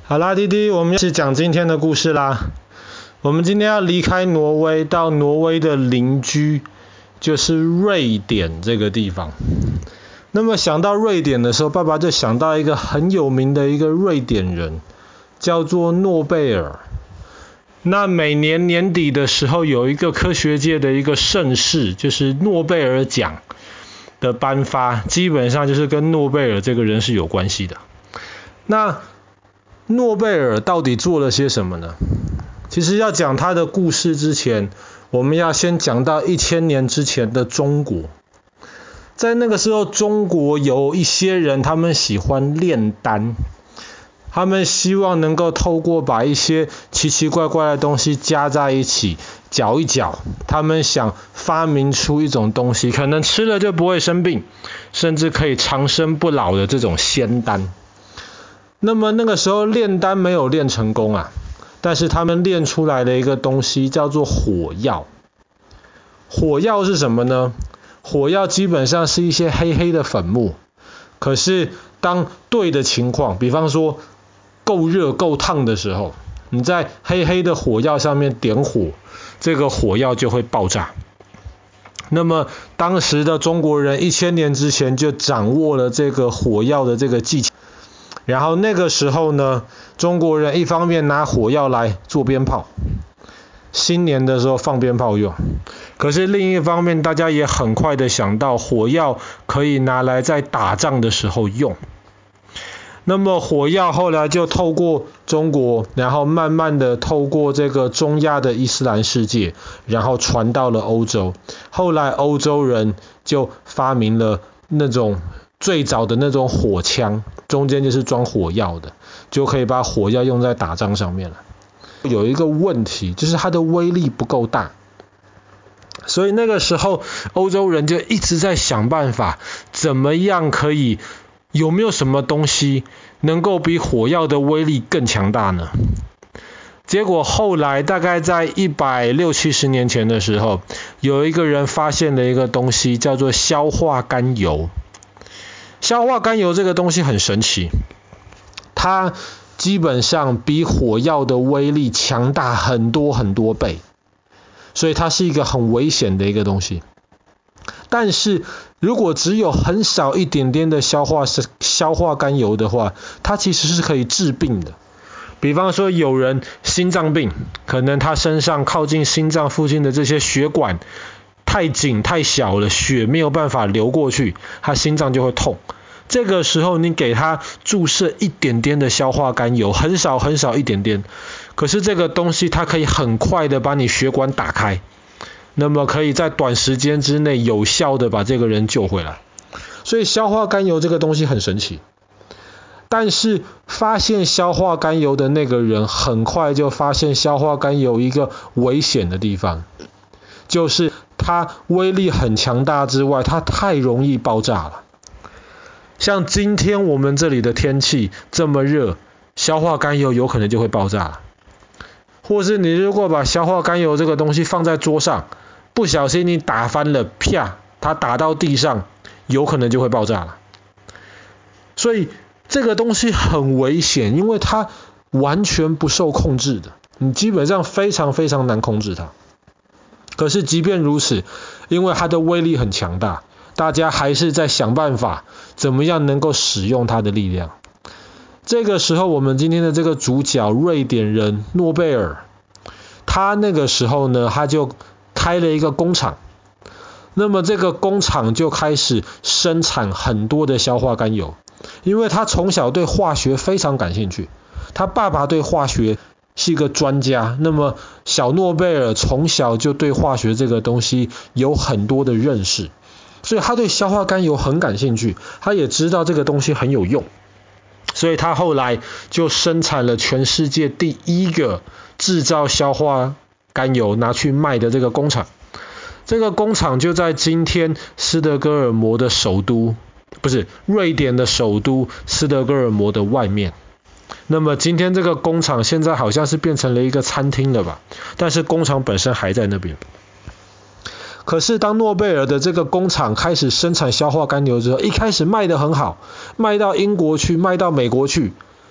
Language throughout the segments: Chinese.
好啦，弟弟，我们一起讲今天的故事啦。我们今天要离开挪威，到挪威的邻居，就是瑞典这个地方。那么想到瑞典的时候，爸爸就想到一个很有名的一个瑞典人，叫做诺贝尔。那每年年底的时候，有一个科学界的一个盛事，就是诺贝尔奖的颁发，基本上就是跟诺贝尔这个人是有关系的。那诺贝尔到底做了些什么呢？其实要讲他的故事之前，我们要先讲到1000年之前的中国。在那个时候，中国有一些人，他们喜欢炼丹，他们希望能够透过把一些奇奇怪怪的东西加在一起，搅一搅，他们想发明出一种东西，可能吃了就不会生病，甚至可以长生不老的这种仙丹。那么那个时候炼丹没有炼成功啊，但是他们炼出来的一个东西叫做火药。火药是什么呢？火药基本上是一些黑黑的粉末，可是当对的情况，比方说够热够烫的时候，你在黑黑的火药上面点火，这个火药就会爆炸。那么当时的中国人1000年之前就掌握了这个火药的这个技巧。然后那个时候呢，中国人一方面拿火药来做鞭炮，新年的时候放鞭炮用，可是另一方面大家也很快的想到火药可以拿来在打仗的时候用。那么火药后来就透过中国，然后慢慢的透过这个中亚的伊斯兰世界，然后传到了欧洲。后来欧洲人就发明了那种最早的那种火枪，中间就是装火药的，就可以把火药用在打仗上面了。有一个问题，就是它的威力不够大，所以那个时候欧洲人就一直在想办法，怎么样可以，有没有什么东西能够比火药的威力更强大呢？结果后来大概在160-170年前的时候，有一个人发现了一个东西，叫做硝化甘油。硝化甘油这个东西很神奇，它基本上比火药的威力强大很多很多倍，所以它是一个很危险的一个东西。但是如果只有很少一点点的硝化甘油的话，它其实是可以治病的。比方说有人心脏病，可能他身上靠近心脏附近的这些血管太紧太小了，血没有办法流过去，他心脏就会痛。这个时候你给他注射一点点的硝化甘油，很少很少一点点，可是这个东西它可以很快的把你血管打开，那么可以在短时间之内有效的把这个人救回来。所以硝化甘油这个东西很神奇。但是发现硝化甘油的那个人很快就发现硝化甘油一个危险的地方，就是它威力很强大之外，它太容易爆炸了。像今天我们这里的天气这么热，硝化甘油有可能就会爆炸了。或是你如果把硝化甘油这个东西放在桌上，不小心你打翻了，啪，它打到地上，有可能就会爆炸了。所以这个东西很危险，因为它完全不受控制的，你基本上非常非常难控制它。可是即便如此，因为它的威力很强大，大家还是在想办法怎么样能够使用它的力量。这个时候我们今天的这个主角瑞典人诺贝尔，他那个时候呢，他就开了一个工厂。那么这个工厂就开始生产很多的硝化甘油，因为他从小对化学非常感兴趣，他爸爸对化学是一个专家，那么小诺贝尔从小就对化学这个东西有很多的认识，所以他对硝化甘油很感兴趣，他也知道这个东西很有用，所以他后来就生产了全世界第一个制造硝化甘油拿去卖的这个工厂。这个工厂就在今天斯德哥尔摩的首都，不是，瑞典的首都斯德哥尔摩的外面。那么今天这个工厂现在好像是变成了一个餐厅了吧，但是工厂本身还在那边。可是当诺贝尔的这个工厂开始生产硝化甘油之后，一开始卖得很好，卖到英国去，卖到美国去，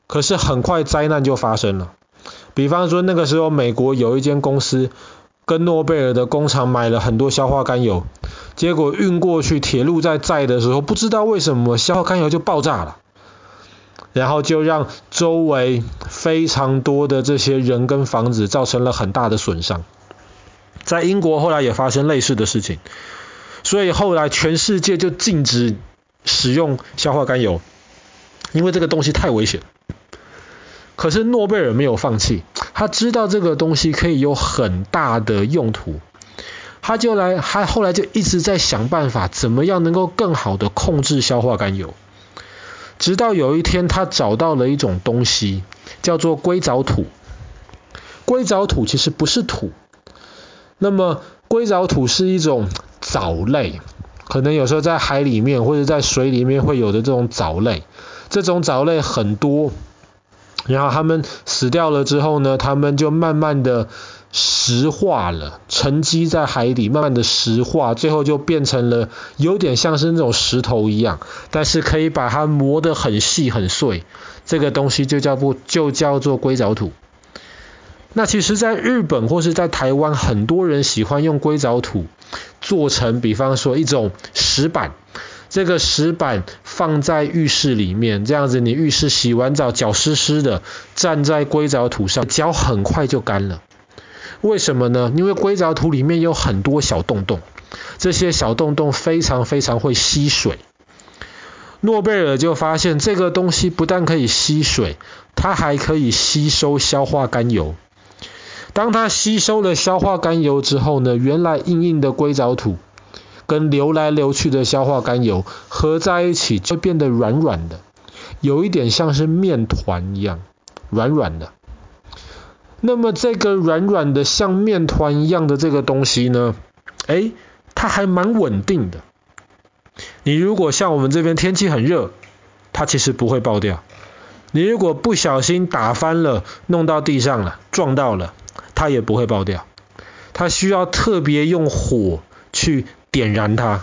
可是很快灾难就发生了。比方说那个时候美国有一间公司跟诺贝尔的工厂买了很多硝化甘油，结果运过去铁路在载的时候，不知道为什么硝化甘油就爆炸了，然后就让周围非常多的这些人跟房子造成了很大的损伤。在英国后来也发生类似的事情，所以后来全世界就禁止使用硝化甘油，因为这个东西太危险。可是诺贝尔没有放弃，他知道这个东西可以有很大的用途，他后来就一直在想办法怎么样能够更好的控制硝化甘油。直到有一天他找到了一种东西叫做硅藻土。硅藻土其实不是土，那么硅藻土是一种藻类，可能有时候在海里面或者在水里面会有的这种藻类。这种藻类很多，然后它们死掉了之后呢，它们就慢慢的石化了，沉积在海底，慢慢的石化，最后就变成了有点像是那种石头一样，但是可以把它磨得很细很碎，这个东西就叫做硅藻土。那其实在日本或是在台湾，很多人喜欢用硅藻土做成比方说一种石板，这个石板放在浴室里面，这样子你浴室洗完澡脚湿湿的，站在硅藻土上，脚很快就干了。为什么呢？因为硅藻土里面有很多小洞洞，这些小洞洞非常非常会吸水。诺贝尔就发现这个东西不但可以吸水，它还可以吸收硝化甘油。当它吸收了硝化甘油之后呢，原来硬硬的硅藻土跟流来流去的硝化甘油合在一起，就变得软软的，有一点像是面团一样，软软的。那么这个软软的像面团一样的这个东西呢，它还蛮稳定的。你如果像我们这边天气很热，它其实不会爆掉。你如果不小心打翻了，弄到地上了，撞到了，它也不会爆掉。它需要特别用火去点燃它。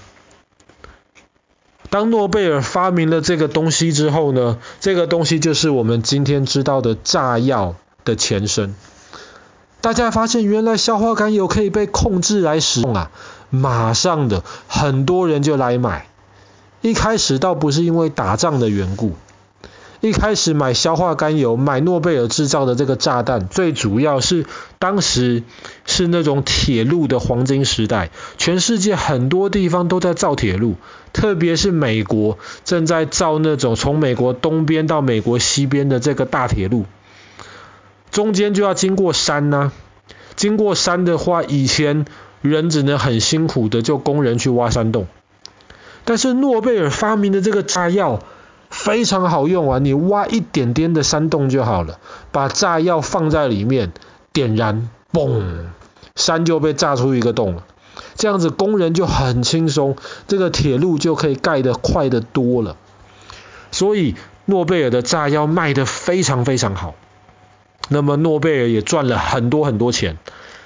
当诺贝尔发明了这个东西之后呢，这个东西就是我们今天知道的炸药的前身。大家发现原来硝化甘油可以被控制来使用啊，马上的很多人就来买。一开始倒不是因为打仗的缘故，一开始买硝化甘油，买诺贝尔制造的这个炸弹，最主要是当时是那种铁路的黄金时代，全世界很多地方都在造铁路，特别是美国正在造那种从美国东边到美国西边的这个大铁路，中间就要经过山啊，经过山的话，以前人只能很辛苦的就工人去挖山洞，但是诺贝尔发明的这个炸药非常好用啊，你挖一点点的山洞就好了，把炸药放在里面，点燃，嘣，山就被炸出一个洞了。这样子工人就很轻松，这个铁路就可以盖得快得多了。所以诺贝尔的炸药卖得非常非常好，那么诺贝尔也赚了很多很多钱。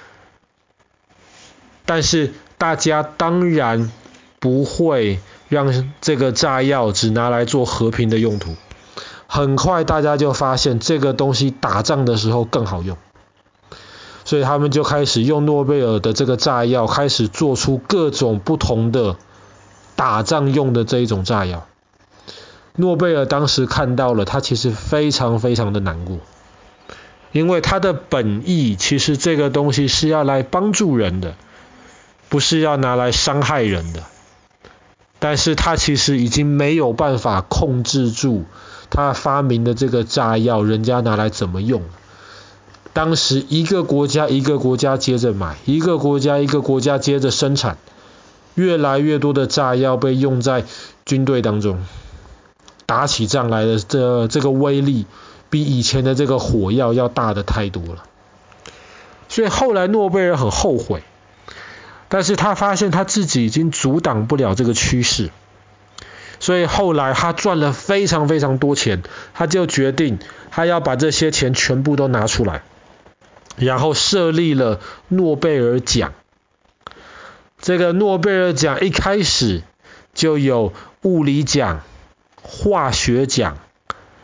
但是大家当然不会让这个炸药只拿来做和平的用途，很快大家就发现这个东西打仗的时候更好用，所以他们就开始用诺贝尔的这个炸药，开始做出各种不同的打仗用的这一种炸药。诺贝尔当时看到了，他其实非常非常的难过，因为他的本意其实这个东西是要来帮助人的，不是要拿来伤害人的。但是他其实已经没有办法控制住他发明的这个炸药，人家拿来怎么用。当时一个国家一个国家接着买，一个国家一个国家接着生产，越来越多的炸药被用在军队当中，打起仗来的这个威力比以前的这个火药要大的太多了。所以后来诺贝尔很后悔，但是他发现他自己已经阻挡不了这个趋势，所以后来他赚了非常非常多钱，他就决定他要把这些钱全部都拿出来，然后设立了诺贝尔奖。这个诺贝尔奖一开始就有物理奖、化学奖、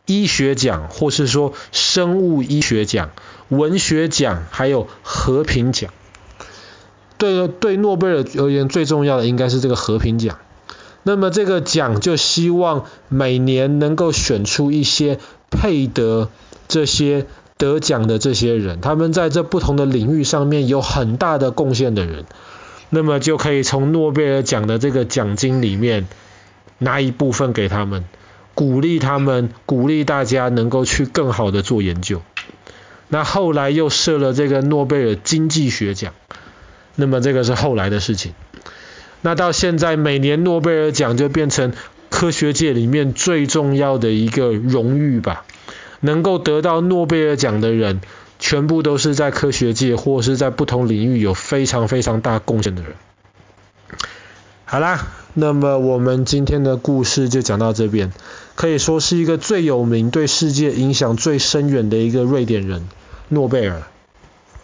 医学奖，或是说生物医学奖、文学奖，还有和平奖。对诺贝尔而言，最重要的应该是这个和平奖。那么这个奖就希望每年能够选出一些配得这些得奖的这些人，他们在这不同的领域上面有很大的贡献的人，那么就可以从诺贝尔奖的这个奖金里面拿一部分给他们，鼓励他们，鼓励大家能够去更好的做研究。那后来又设了这个诺贝尔经济学奖，那么这个是后来的事情。那到现在每年诺贝尔奖就变成科学界里面最重要的一个荣誉吧，能够得到诺贝尔奖的人全部都是在科学界或是在不同领域有非常非常大贡献的人。好啦，那么我们今天的故事就讲到这边，可以说是一个最有名、对世界影响最深远的一个瑞典人，诺贝尔。